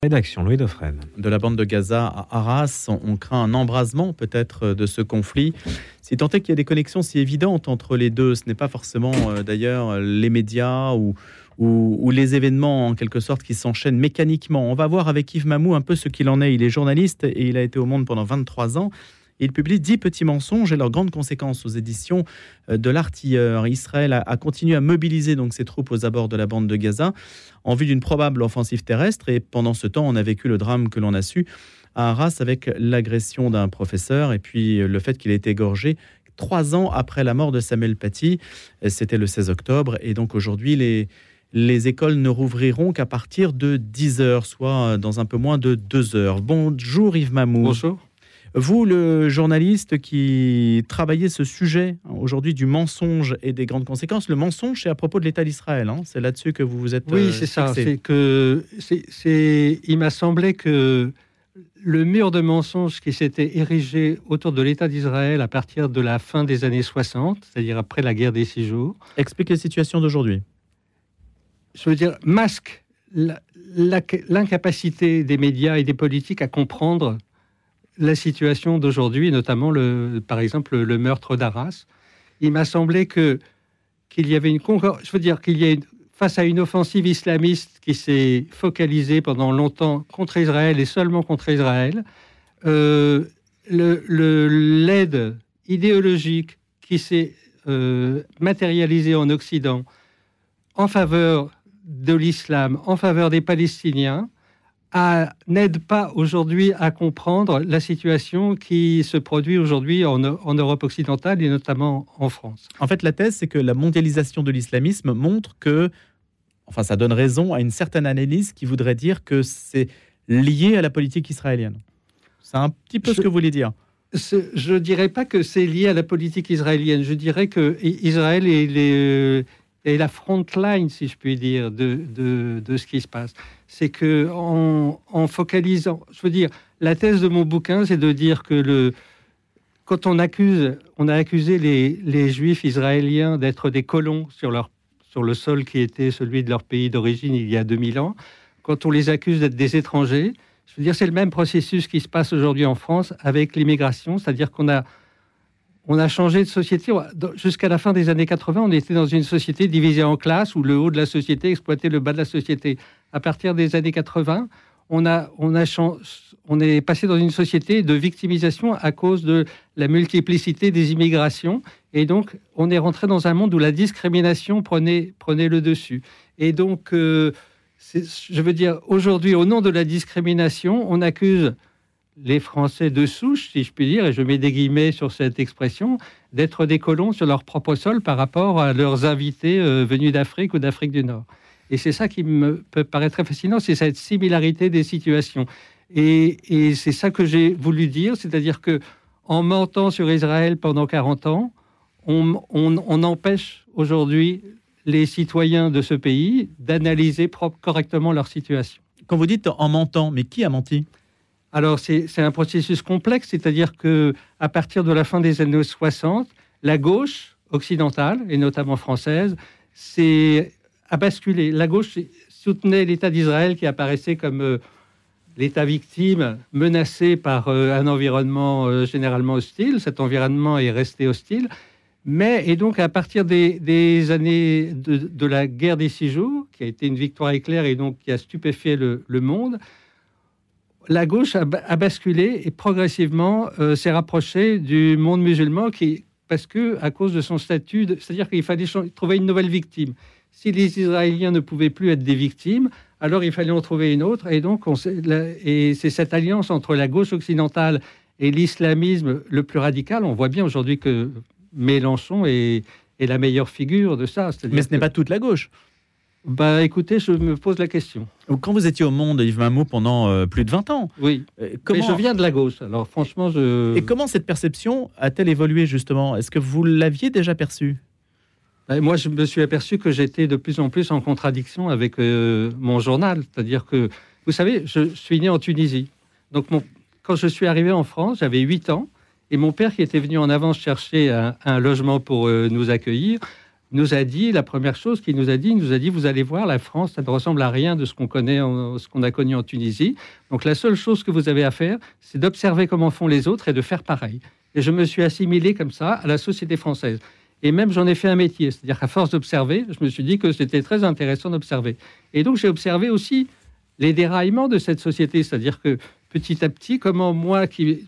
Rédaction Louis Dauphren. De la bande de Gaza à Arras, on craint un embrasement peut-être de ce conflit. Si tant est qu'il y a des connexions si évidentes entre les deux, ce n'est pas forcément d'ailleurs les médias ou les événements en quelque sorte qui s'enchaînent mécaniquement. On va voir avec Yves Mamou un peu ce qu'il en est. Il est journaliste et il a été au Monde pendant 23 ans. Il publie 10 petits mensonges et leurs grandes conséquences aux éditions de l'Artilleur. Israël a continué à mobiliser donc ses troupes aux abords de la bande de Gaza en vue d'une probable offensive terrestre. Et pendant ce temps, on a vécu le drame que l'on a su à Arras avec l'agression d'un professeur et puis le fait qu'il ait été égorgé 3 ans après la mort de Samuel Paty. C'était le 16 octobre. Et donc aujourd'hui, les écoles ne rouvriront qu'à partir de 10h, soit dans un peu moins de 2 heures. Bonjour Yves Mamou. Bonjour. Vous, le journaliste qui travaillait ce sujet aujourd'hui du mensonge et des grandes conséquences, le mensonge, c'est à propos de l'État d'Israël. C'est là-dessus que vous vous êtes Oui, c'est ça. Il m'a semblé que le mur de mensonges qui s'était érigé autour de l'État d'Israël à partir de la fin des années 60, c'est-à-dire après la guerre des 6 jours... Explique la situation d'aujourd'hui. Je veux dire, masque l'incapacité des médias et des politiques à comprendre la situation d'aujourd'hui, notamment par exemple le meurtre d'Arras. Il m'a semblé qu'il y avait face à une offensive islamiste qui s'est focalisée pendant longtemps contre Israël et seulement contre Israël, l'aide idéologique qui s'est matérialisée en Occident en faveur de l'islam, en faveur des Palestiniens, n'aide pas aujourd'hui à comprendre la situation qui se produit aujourd'hui en Europe occidentale et notamment en France. En fait, la thèse, c'est que la mondialisation de l'islamisme montre ça donne raison à une certaine analyse qui voudrait dire que c'est lié à la politique israélienne. C'est un petit peu ce que vous voulez dire. Je ne dirais pas que c'est lié à la politique israélienne. Je dirais que Israël est la front line, si je puis dire, de ce qui se passe. C'est que en focalisant, la thèse de mon bouquin, c'est de dire que quand on a accusé les Juifs israéliens d'être des colons sur le sol qui était celui de leur pays d'origine il y a 2000 ans, quand on les accuse d'être des étrangers, c'est le même processus qui se passe aujourd'hui en France avec l'immigration, c'est-à-dire qu'on a changé de société. Jusqu'à la fin des années 80, on était dans une société divisée en classes où le haut de la société exploitait le bas de la société. À partir des années 80, on est passé dans une société de victimisation à cause de la multiplicité des immigrations. Et donc, on est rentré dans un monde où la discrimination prenait le dessus. Et donc, aujourd'hui, au nom de la discrimination, on accuse les Français de souche, si je puis dire, et je mets des guillemets sur cette expression, d'être des colons sur leur propre sol par rapport à leurs invités venus d'Afrique ou d'Afrique du Nord. Et c'est ça qui me peut paraître très fascinant, c'est cette similarité des situations. Et c'est ça que j'ai voulu dire, c'est-à-dire que en mentant sur Israël pendant 40 ans, on empêche aujourd'hui les citoyens de ce pays d'analyser correctement leur situation. Quand vous dites en mentant, mais qui a menti ? Alors, c'est un processus complexe, c'est-à-dire qu'à partir de la fin des années 60, la gauche occidentale, et notamment française, a basculé. La gauche soutenait l'État d'Israël qui apparaissait comme l'État victime, menacé par un environnement généralement hostile. Cet environnement est resté hostile. Et donc, à partir des années de la guerre des 6 jours, qui a été une victoire éclair et donc qui a stupéfié le monde, la gauche a basculé et progressivement s'est rapprochée du monde musulman à cause de son statut, c'est-à-dire qu'il fallait trouver une nouvelle victime. Si les Israéliens ne pouvaient plus être des victimes, alors il fallait en trouver une autre. Et donc, c'est cette alliance entre la gauche occidentale et l'islamisme le plus radical. On voit bien aujourd'hui que Mélenchon est la meilleure figure de ça. Mais ce n'est pas toute la gauche. Écoutez, je me pose la question. Quand vous étiez au Monde, Yves Mamou, pendant plus de 20 ans... Oui, mais je viens de la gauche, alors franchement, Et comment cette perception a-t-elle évolué, justement ? Est-ce que vous l'aviez déjà perçue ? Moi, je me suis aperçu que j'étais de plus en plus en contradiction avec mon journal. C'est-à-dire que, vous savez, je suis né en Tunisie. Donc, quand je suis arrivé en France, j'avais 8 ans, et mon père, qui était venu en avance chercher un logement pour nous accueillir, nous a dit, la première chose qu'il nous a dit, vous allez voir, la France, ça ne ressemble à rien de ce qu'on connaît, ce qu'on a connu en Tunisie. Donc la seule chose que vous avez à faire, c'est d'observer comment font les autres et de faire pareil. Et je me suis assimilé comme ça à la société française. Et même, j'en ai fait un métier. C'est-à-dire qu'à force d'observer, je me suis dit que c'était très intéressant d'observer. Et donc, j'ai observé aussi les déraillements de cette société. C'est-à-dire que petit à petit, comment moi, qui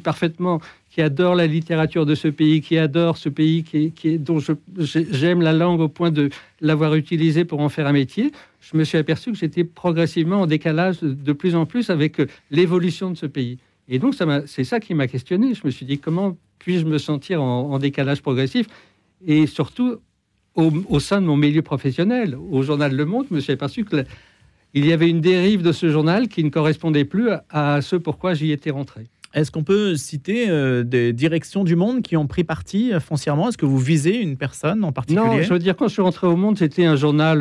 adore la littérature de ce pays, qui adore ce pays, dont j'aime la langue au point de l'avoir utilisé pour en faire un métier, je me suis aperçu que j'étais progressivement en décalage de plus en plus avec l'évolution de ce pays. Et donc, c'est ça qui m'a questionné. Je me suis dit, comment puis-je me sentir en décalage progressif ? Et surtout, au sein de mon milieu professionnel, au journal Le Monde, je me suis aperçu qu'il y avait une dérive de ce journal qui ne correspondait plus à ce pourquoi j'y étais rentré. Est-ce qu'on peut citer des directions du Monde qui ont pris parti foncièrement ? Est-ce que vous visez une personne en particulier ? Non, je veux dire, quand je suis rentré au Monde, c'était un journal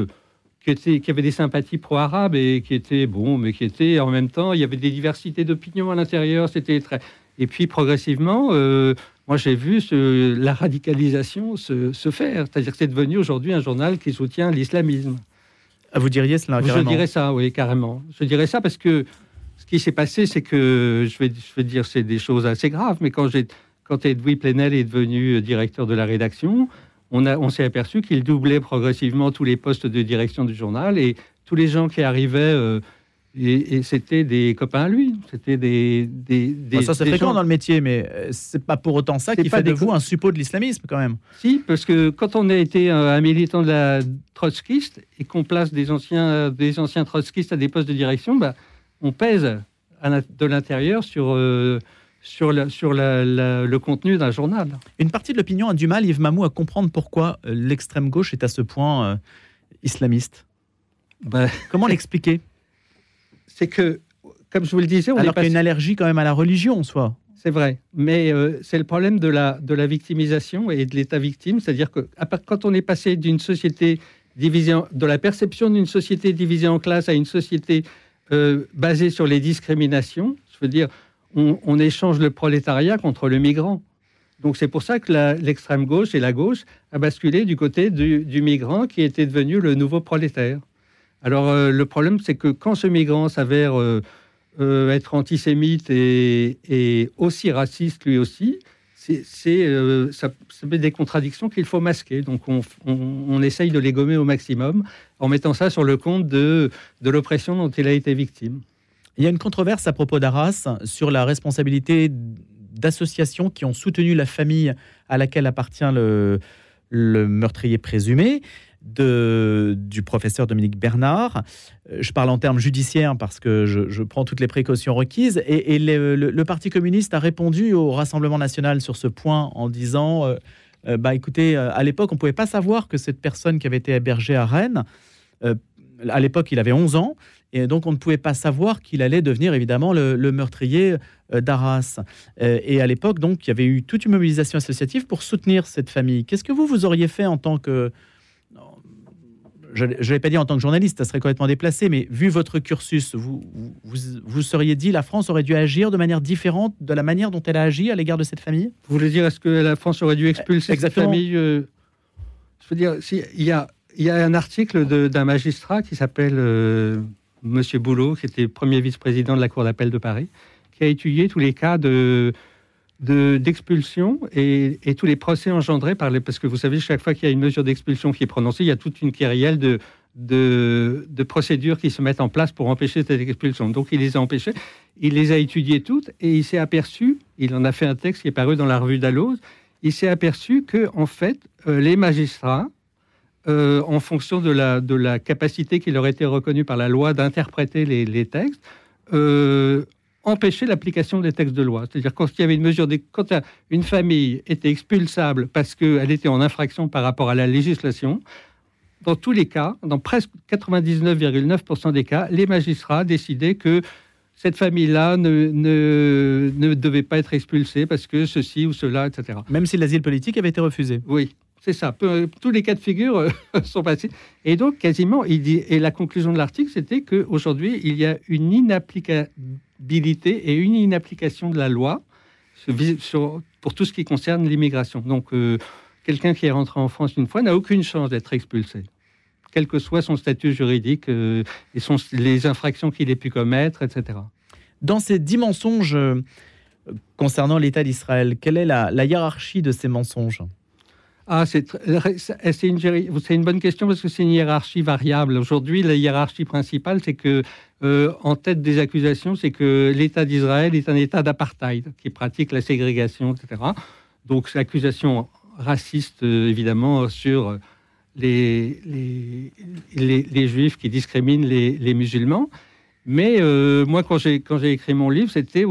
qui avait des sympathies pro-arabes et qui était bon, mais qui était en même temps, il y avait des diversités d'opinions à l'intérieur. C'était très... Et puis progressivement, moi j'ai vu la radicalisation se faire. C'est-à-dire que c'est devenu aujourd'hui un journal qui soutient l'islamisme. Vous diriez cela carrément ? Je dirais ça, oui, carrément. Je dirais ça parce que ce qui s'est passé, c'est que, je vais dire, c'est des choses assez graves, mais quand Edoui Plenel est devenu directeur de la rédaction, on s'est aperçu qu'il doublait progressivement tous les postes de direction du journal et tous les gens qui arrivaient, et c'était des copains à lui. C'était ça, c'est fréquent dans le métier, mais c'est pas pour autant ça qui fait de vous un suppôt de l'islamisme, quand même. Si, parce que quand on a été un militant de la trotskiste et qu'on place des anciens trotskistes à des postes de direction, on pèse de l'intérieur sur le contenu d'un journal. Une partie de l'opinion a du mal, Yves Mamou, à comprendre pourquoi l'extrême gauche est à ce point islamiste. Comment l'expliquer ? C'est que, comme je vous le disais... Alors qu'il y a une allergie quand même à la religion, en soi. C'est vrai, mais c'est le problème de la victimisation et de l'état victime. C'est-à-dire que quand on est passé d'une société divisée, de la perception d'une société divisée en classes à une société basée sur les discriminations, je veux dire, on échange le prolétariat contre le migrant. Donc c'est pour ça que l'extrême gauche et la gauche a basculé du côté du migrant qui était devenu le nouveau prolétaire. Alors le problème, c'est que quand ce migrant s'avère être antisémite et aussi raciste lui aussi, ça met des contradictions qu'il faut masquer. Donc on essaye de les gommer au maximum en mettant ça sur le compte de l'oppression dont il a été victime. Il y a une controverse à propos d'Arras sur la responsabilité d'associations qui ont soutenu la famille à laquelle appartient le meurtrier présumé du professeur Dominique Bernard. Je parle en termes judiciaires parce que je prends toutes les précautions requises. Et le Parti communiste a répondu au Rassemblement national sur ce point en disant écoutez, à l'époque, on ne pouvait pas savoir que cette personne qui avait été hébergée à Rennes, à l'époque, il avait 11 ans, et donc on ne pouvait pas savoir qu'il allait devenir évidemment le meurtrier d'Arras. Et à l'époque, donc, il y avait eu toute une mobilisation associative pour soutenir cette famille. Qu'est-ce que vous auriez fait en tant que... Je ne l'ai pas dit en tant que journaliste, ça serait complètement déplacé, mais vu votre cursus, vous seriez dit la France aurait dû agir de manière différente de la manière dont elle a agi à l'égard de cette famille ? Vous voulez dire, est-ce que la France aurait dû expulser cette famille ? Je veux dire, il y a un article d'un magistrat qui s'appelle Monsieur Boulot, qui était premier vice-président de la Cour d'appel de Paris, qui a étudié tous les cas d'expulsion et tous les procès engendrés parce que vous savez, chaque fois qu'il y a une mesure d'expulsion qui est prononcée, il y a toute une kyrielle de procédures qui se mettent en place pour empêcher cette expulsion. Donc il les a empêchées, il les a étudiées toutes et il s'est aperçu, il en a fait un texte qui est paru dans la revue Dalloz, il s'est aperçu que en fait les magistrats, en fonction de la capacité qui leur était reconnue par la loi d'interpréter les textes, empêcher l'application des textes de loi. C'est-à-dire quand il y avait quand une famille était expulsable parce qu'elle était en infraction par rapport à la législation, dans tous les cas, dans presque 99,9% des cas, les magistrats décidaient que cette famille-là ne devait pas être expulsée parce que ceci ou cela, etc. Même si l'asile politique avait été refusé. Oui, c'est ça. Tous les cas de figure sont passés. Et donc, quasiment, et la conclusion de l'article, c'était qu'aujourd'hui, il y a une inapplicabilité et une inapplication de la loi pour tout ce qui concerne l'immigration. Donc, quelqu'un qui est rentré en France une fois n'a aucune chance d'être expulsé, quel que soit son statut juridique et les infractions qu'il ait pu commettre, etc. Dans ces 10 mensonges concernant l'État d'Israël, quelle est la hiérarchie de ces mensonges ? C'est une bonne question parce que c'est une hiérarchie variable. Aujourd'hui, la hiérarchie principale, c'est que en tête des accusations, c'est que l'État d'Israël est un État d'apartheid qui pratique la ségrégation, etc. Donc, c'est l'accusation raciste, évidemment, sur les Juifs qui discriminent les musulmans. Mais moi, quand j'ai écrit mon livre, c'était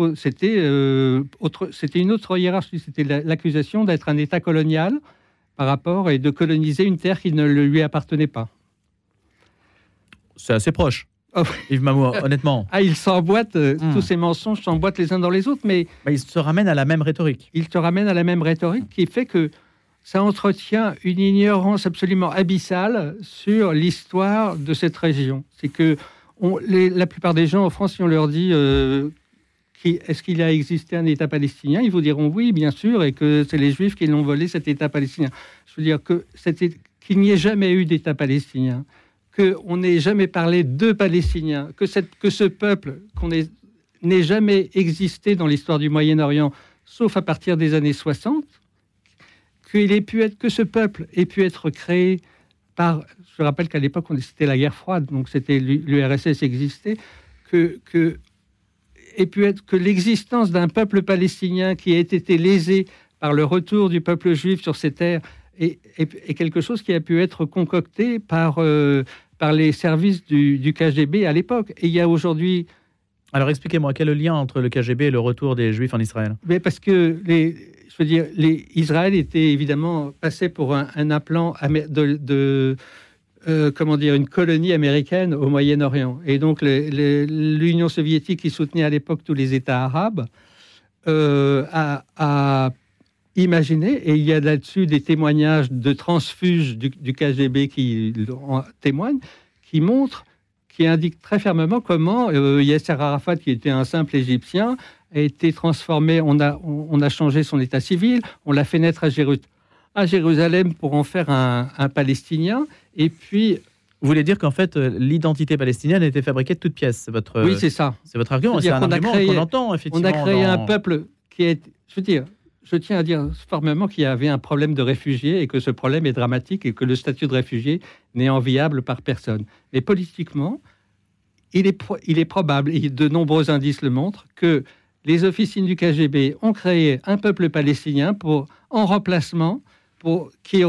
une autre hiérarchie. C'était l'accusation d'être un État colonial par rapport et de coloniser une terre qui ne lui appartenait pas. C'est assez proche, Yves Mamou, honnêtement. Ils s'emboîtent, tous ces mensonges s'emboîtent les uns dans les autres, mais ils se ramènent à la même rhétorique. Ils te ramènent à la même rhétorique qui fait que ça entretient une ignorance absolument abyssale sur l'histoire de cette région. C'est que la plupart des gens en France, si on leur dit est-ce qu'il a existé un État palestinien, ils vous diront oui, bien sûr, et que c'est les Juifs qui l'ont volé, cet État palestinien. Je veux dire qu'il n'y ait jamais eu d'État palestinien, qu'on n'ait jamais parlé de Palestiniens, que ce peuple n'ait jamais existé dans l'histoire du Moyen-Orient, sauf à partir des années 60, que ce peuple ait pu être créé par... Je rappelle qu'à l'époque, c'était la guerre froide, donc l'URSS existait, que l'existence d'un peuple palestinien qui a été lésé par le retour du peuple juif sur ces terres est quelque chose qui a pu être concocté par les services du KGB à l'époque. Et il y a aujourd'hui... Alors expliquez-moi, quel est le lien entre le KGB et le retour des Juifs en Israël ? Mais parce que Israël était évidemment passé pour un implant une colonie américaine au Moyen-Orient. Et donc, l'Union soviétique, qui soutenait à l'époque tous les États arabes, a imaginé, et il y a là-dessus des témoignages de transfuges du KGB qui en témoignent, qui indiquent très fermement comment Yasser Arafat, qui était un simple Égyptien, a été transformé, on a changé son état civil, on l'a fait naître à Jérusalem pour en faire un Palestinien. Et puis... Vous voulez dire qu'en fait, l'identité palestinienne a été fabriquée de toutes pièces. Oui, c'est ça. C'est votre argument. C'est un argument qu'on entend, effectivement. On a créé un peuple qui est... Je tiens à dire formellement qu'il y avait un problème de réfugiés et que ce problème est dramatique et que le statut de réfugié n'est enviable par personne. Mais politiquement, il est probable, et de nombreux indices le montrent, que les officines du KGB ont créé un peuple palestinien en remplacement, qui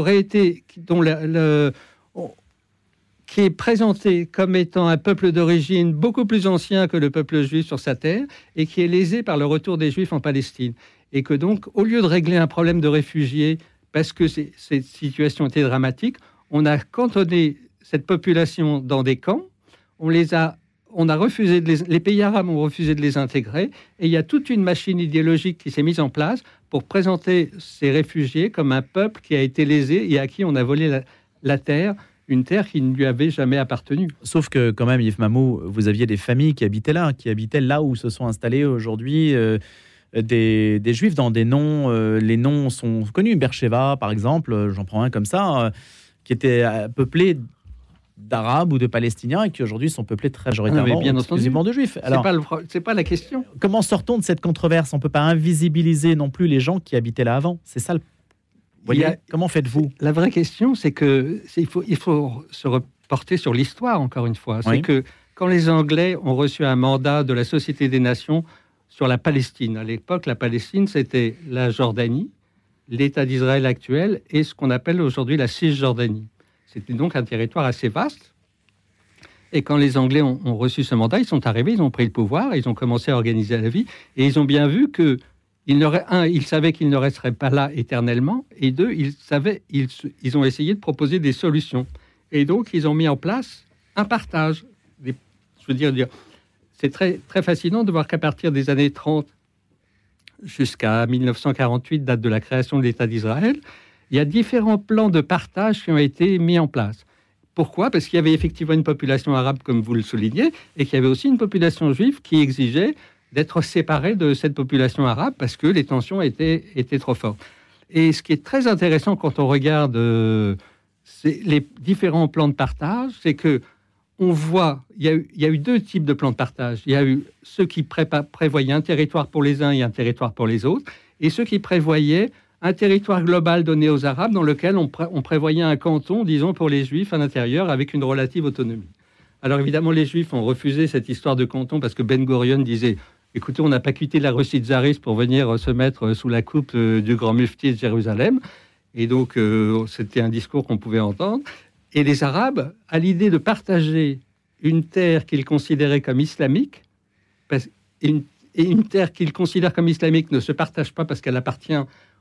est présenté comme étant un peuple d'origine beaucoup plus ancien que le peuple juif sur sa terre et qui est lésé par le retour des Juifs en Palestine. Et que donc, au lieu de régler un problème de réfugiés, parce que cette situation était dramatique, on a cantonné cette population dans des camps, on a refusé les pays arabes ont refusé de les intégrer, et il y a toute une machine idéologique qui s'est mise en place pour présenter ces réfugiés comme un peuple qui a été lésé et à qui on a volé la terre, une terre qui ne lui avait jamais appartenu. Sauf que quand même, Yves Mamou, vous aviez des familles qui habitaient là où se sont installés aujourd'hui des Juifs dans des noms. Les noms sont connus. Beersheva, par exemple, j'en prends un comme ça, qui était peuplé d'Arabes ou de Palestiniens et qui aujourd'hui sont peuplés très majoritairement exclusivement de Juifs. Alors, c'est pas la question. Comment sortons de cette controverse ? On ne peut pas invisibiliser non plus les gens qui habitaient là avant. C'est ça. Vous voyez, comment faites-vous ? La vraie question, c'est que il faut se reporter sur l'histoire, encore une fois. C'est que quand les Anglais ont reçu un mandat de la Société des Nations sur la Palestine, à l'époque, la Palestine, c'était la Jordanie, l'État d'Israël actuel et ce qu'on appelle aujourd'hui la Cisjordanie. C'était donc un territoire assez vaste. Et quand les Anglais ont reçu ce mandat, ils sont arrivés, ils ont pris le pouvoir, ils ont commencé à organiser la vie, et ils ont bien vu que ils savaient qu'ils ne resteraient pas là éternellement, et deux, ils ont essayé de proposer des solutions. Et donc, ils ont mis en place un partage. C'est très, très fascinant de voir qu'à partir des années 30 jusqu'à 1948, date de la création de l'État d'Israël, il y a différents plans de partage qui ont été mis en place. Pourquoi ? Parce qu'il y avait effectivement une population arabe, comme vous le soulignez, et qu'il y avait aussi une population juive qui exigeait d'être séparée de cette population arabe parce que les tensions étaient trop fortes. Et ce qui est très intéressant quand on regarde les différents plans de partage, c'est que on voit, il y a eu deux types de plans de partage. Il y a eu ceux qui prévoyaient un territoire pour les uns et un territoire pour les autres, et ceux qui prévoyaient un territoire global donné aux Arabes dans lequel on prévoyait un canton, disons, pour les Juifs à l'intérieur, avec une relative autonomie. Alors évidemment, les Juifs ont refusé cette histoire de canton parce que Ben Gurion disait « Écoutez, on n'a pas quitté la Russie tsariste pour venir se mettre sous la coupe du grand mufti de Jérusalem. » Et donc, c'était un discours qu'on pouvait entendre. Et les Arabes, à l'idée de partager une terre qu'ils considéraient comme islamique, et une terre qu'ils considèrent comme islamique ne se partage pas parce qu'elle appartient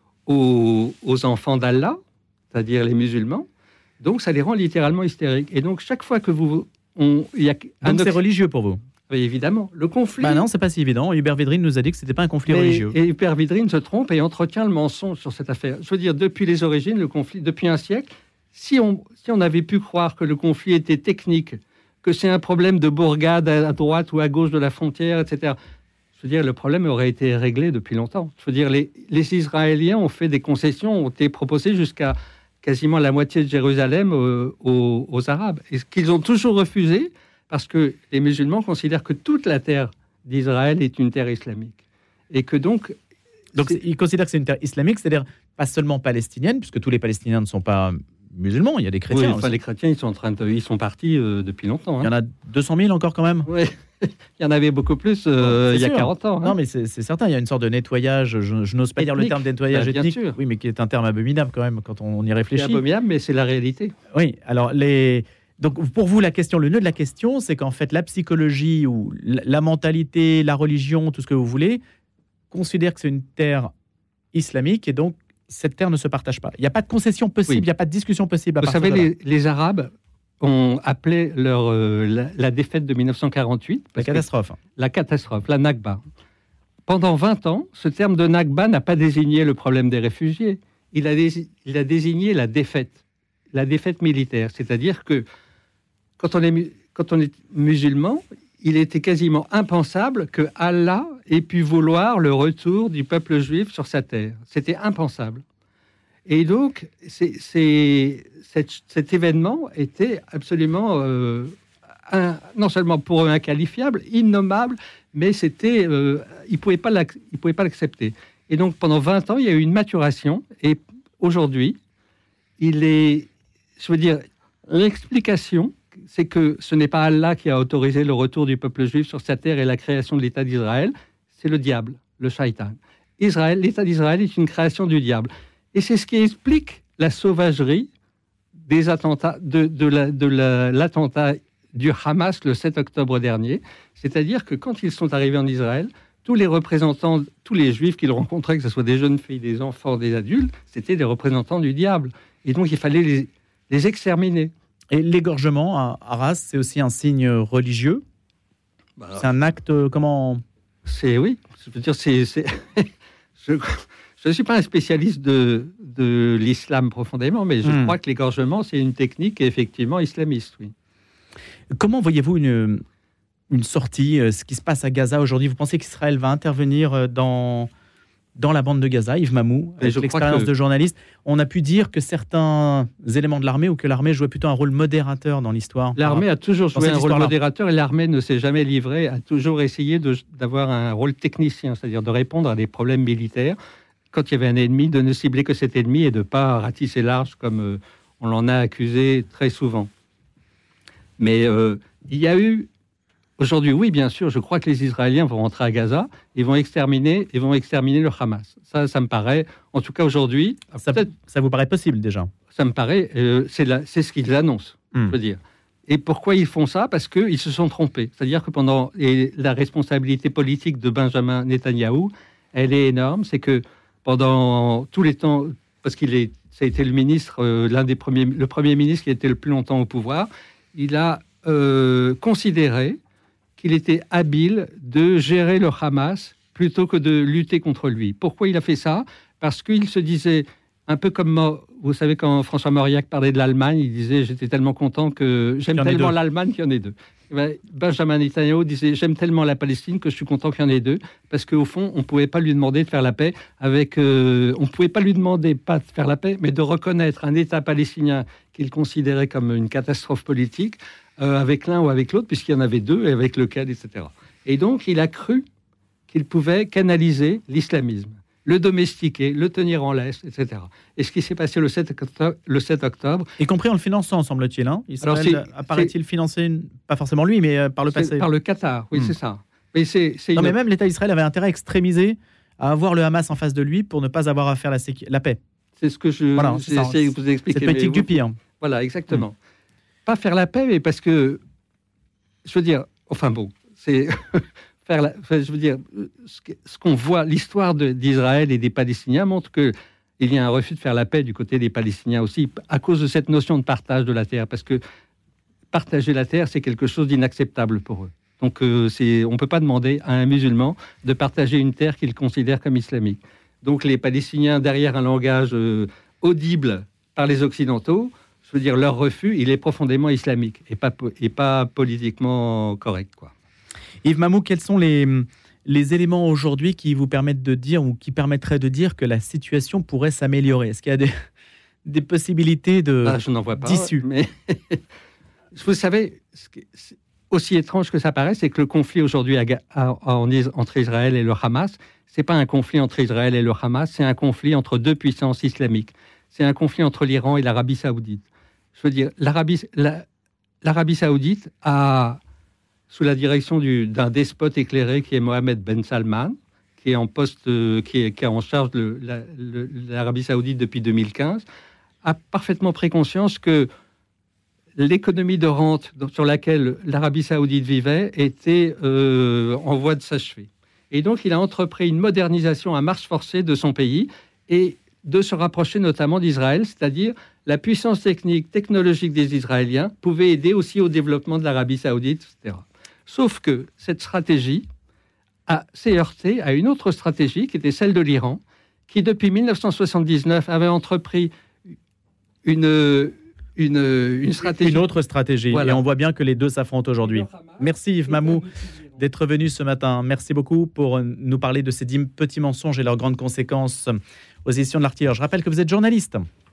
aux enfants d'Allah, c'est-à-dire les musulmans, donc ça les rend littéralement hystériques. Et donc, chaque fois que donc c'est religieux pour vous? Oui, évidemment. Le conflit... non, c'est pas si évident. Hubert Védrine nous a dit que c'était pas un conflit religieux. Et Hubert Védrine se trompe et entretient le mensonge sur cette affaire. Je veux dire, depuis les origines, le conflit, depuis un siècle, si on avait pu croire que le conflit était technique, que c'est un problème de bourgade à droite ou à gauche de la frontière, etc., je veux dire, le problème aurait été réglé depuis longtemps. Je veux dire, les Israéliens ont fait des concessions, ont été proposées jusqu'à quasiment la moitié de Jérusalem aux Arabes. Et ce qu'ils ont toujours refusé, parce que les musulmans considèrent que toute la terre d'Israël est une terre islamique. Et que donc ils considèrent que c'est une terre islamique, c'est-à-dire pas seulement palestinienne, puisque tous les Palestiniens ne sont pas musulmans, il y a des chrétiens. Oui, enfin, les chrétiens, ils sont partis depuis longtemps. Hein. Il y en a 200 000 encore quand même. Oui, il y en avait beaucoup plus il y a 40 ans. Hein. Non, mais c'est certain, il y a une sorte de nettoyage, je n'ose pas dire le terme de nettoyage ethnique, sûr. Oui, mais qui est un terme abominable quand même, quand on y réfléchit. C'est abominable, mais c'est la réalité. Oui, alors donc pour vous, le nœud de la question, c'est qu'en fait, la psychologie ou la mentalité, la religion, tout ce que vous voulez, considère que c'est une terre islamique et donc cette terre ne se partage pas. Il n'y a pas de concession possible, il n'y a pas de discussion possible. Vous savez, les Arabes ont appelé la défaite de 1948... La catastrophe. La catastrophe, la Nakba. Pendant 20 ans, ce terme de Nakba n'a pas désigné le problème des réfugiés. Il a désigné la défaite militaire. C'est-à-dire que quand on est musulman, il était quasiment impensable que Allah ait pu vouloir le retour du peuple juif sur sa terre. C'était impensable. Et donc, cet événement était absolument, non seulement pour eux inqualifiable, innommable, mais ils ne pouvaient pas l'accepter. Et donc, pendant 20 ans, il y a eu une maturation. Et aujourd'hui, l'explication, c'est que ce n'est pas Allah qui a autorisé le retour du peuple juif sur sa terre et la création de l'État d'Israël, c'est le diable, le shaitan. L'État d'Israël est une création du diable. Et c'est ce qui explique la sauvagerie des attentats, de l'attentat du Hamas le 7 octobre dernier. C'est-à-dire que quand ils sont arrivés en Israël, tous les représentants, tous les juifs qu'ils rencontraient, que ce soit des jeunes filles, des enfants, des adultes, c'était des représentants du diable. Et donc il fallait les exterminer. Et l'égorgement à Arras, c'est aussi un signe religieux. C'est un acte, comment... Oui, je veux dire, je ne suis pas un spécialiste de l'islam profondément, mais je crois que l'égorgement, c'est une technique effectivement islamiste, oui. Comment voyez-vous une sortie, ce qui se passe à Gaza aujourd'hui? Vous pensez qu'Israël va intervenir dans la bande de Gaza, Yves Mamou, avec l'expérience de journaliste? On a pu dire que certains éléments de l'armée, ou que l'armée jouait plutôt un rôle modérateur dans l'histoire. L'armée a toujours joué un rôle modérateur, et l'armée ne s'est jamais livrée, a toujours essayé d'avoir un rôle technicien, c'est-à-dire de répondre à des problèmes militaires. Quand il y avait un ennemi, de ne cibler que cet ennemi et de ne pas ratisser large comme on l'en a accusé très souvent. Mais il y a eu... Aujourd'hui, oui, bien sûr, je crois que les Israéliens vont rentrer à Gaza et vont exterminer le Hamas. Ça me paraît, en tout cas aujourd'hui... Ça vous paraît possible déjà? Ça me paraît, c'est ce qu'ils annoncent, je veux dire. Et pourquoi ils font ça? Parce qu'ils se sont trompés. C'est-à-dire que la responsabilité politique de Benjamin Netanyahou, elle est énorme. C'est que pendant tous les temps, parce ça a été le ministre, le premier ministre qui a été le plus longtemps au pouvoir, il a considéré qu'il était habile de gérer le Hamas plutôt que de lutter contre lui. Pourquoi il a fait ça? Parce qu'il se disait, Un peu comme, vous savez, quand François Mauriac parlait de l'Allemagne, il disait « J'étais tellement content que j'aime tellement l'Allemagne qu'il y en ait deux ». Benjamin Netanyahu disait « J'aime tellement la Palestine que je suis content qu'il y en ait deux ». Parce qu'au fond, on ne pouvait pas lui demander de faire la paix on ne pouvait pas lui demander, pas de faire la paix, mais de reconnaître un État palestinien qu'il considérait comme une catastrophe politique avec l'un ou avec l'autre, puisqu'il y en avait deux, et avec lequel, etc. Et donc, il a cru qu'il pouvait canaliser l'islamisme, le domestiquer, le tenir en laisse, etc. Et ce qui s'est passé le 7 octobre... Y compris en le finançant, semble-t-il. Hein. Israël apparaît-il financé, pas forcément lui, mais par le passé. Par le Qatar, oui, c'est ça. Mais mais même l'État d'Israël avait intérêt à extrémiser, à avoir le Hamas en face de lui pour ne pas avoir à faire la paix. C'est ce que j'ai essayé de vous expliquer. C'est politique du pire. Voilà, exactement. Pas faire la paix, mais parce que... Je veux dire... Enfin bon, c'est... je veux dire, ce qu'on voit, l'histoire d'Israël et des Palestiniens montre qu'il y a un refus de faire la paix du côté des Palestiniens aussi, à cause de cette notion de partage de la terre, parce que partager la terre, c'est quelque chose d'inacceptable pour eux. Donc, on ne peut pas demander à un musulman de partager une terre qu'il considère comme islamique. Donc, les Palestiniens, derrière un langage audible par les Occidentaux, je veux dire, leur refus, il est profondément islamique et pas politiquement correct, quoi. Yves Mamou, quels sont les éléments aujourd'hui qui vous permettent de dire ou qui permettraient de dire que la situation pourrait s'améliorer ? Est-ce qu'il y a des possibilités je n'en vois pas, d'issue ? Mais vous savez, aussi étrange que ça paraît, c'est que le conflit aujourd'hui entre Israël et le Hamas, c'est pas un conflit entre Israël et le Hamas, c'est un conflit entre deux puissances islamiques. C'est un conflit entre l'Iran et l'Arabie Saoudite. Je veux dire, l'Arabie Saoudite a, sous la direction d'un despote éclairé qui est Mohamed Ben Salman, qui est en poste, qui est en charge de l'Arabie Saoudite depuis 2015, a parfaitement pris conscience que l'économie de rente sur laquelle l'Arabie Saoudite vivait était en voie de s'achever. Et donc, il a entrepris une modernisation à marche forcée de son pays et de se rapprocher notamment d'Israël, c'est-à-dire la puissance technologique des Israéliens pouvait aider aussi au développement de l'Arabie Saoudite, etc. Sauf que cette stratégie s'est heurtée à une autre stratégie qui était celle de l'Iran, qui depuis 1979 avait entrepris une stratégie. Une autre stratégie. Voilà. Et on voit bien que les deux s'affrontent aujourd'hui. Merci Yves Mamou d'être venu ce matin. Merci beaucoup pour nous parler de ces 10 petits mensonges et leurs grandes conséquences aux éditions de l'Artilleur. Je rappelle que vous êtes journaliste.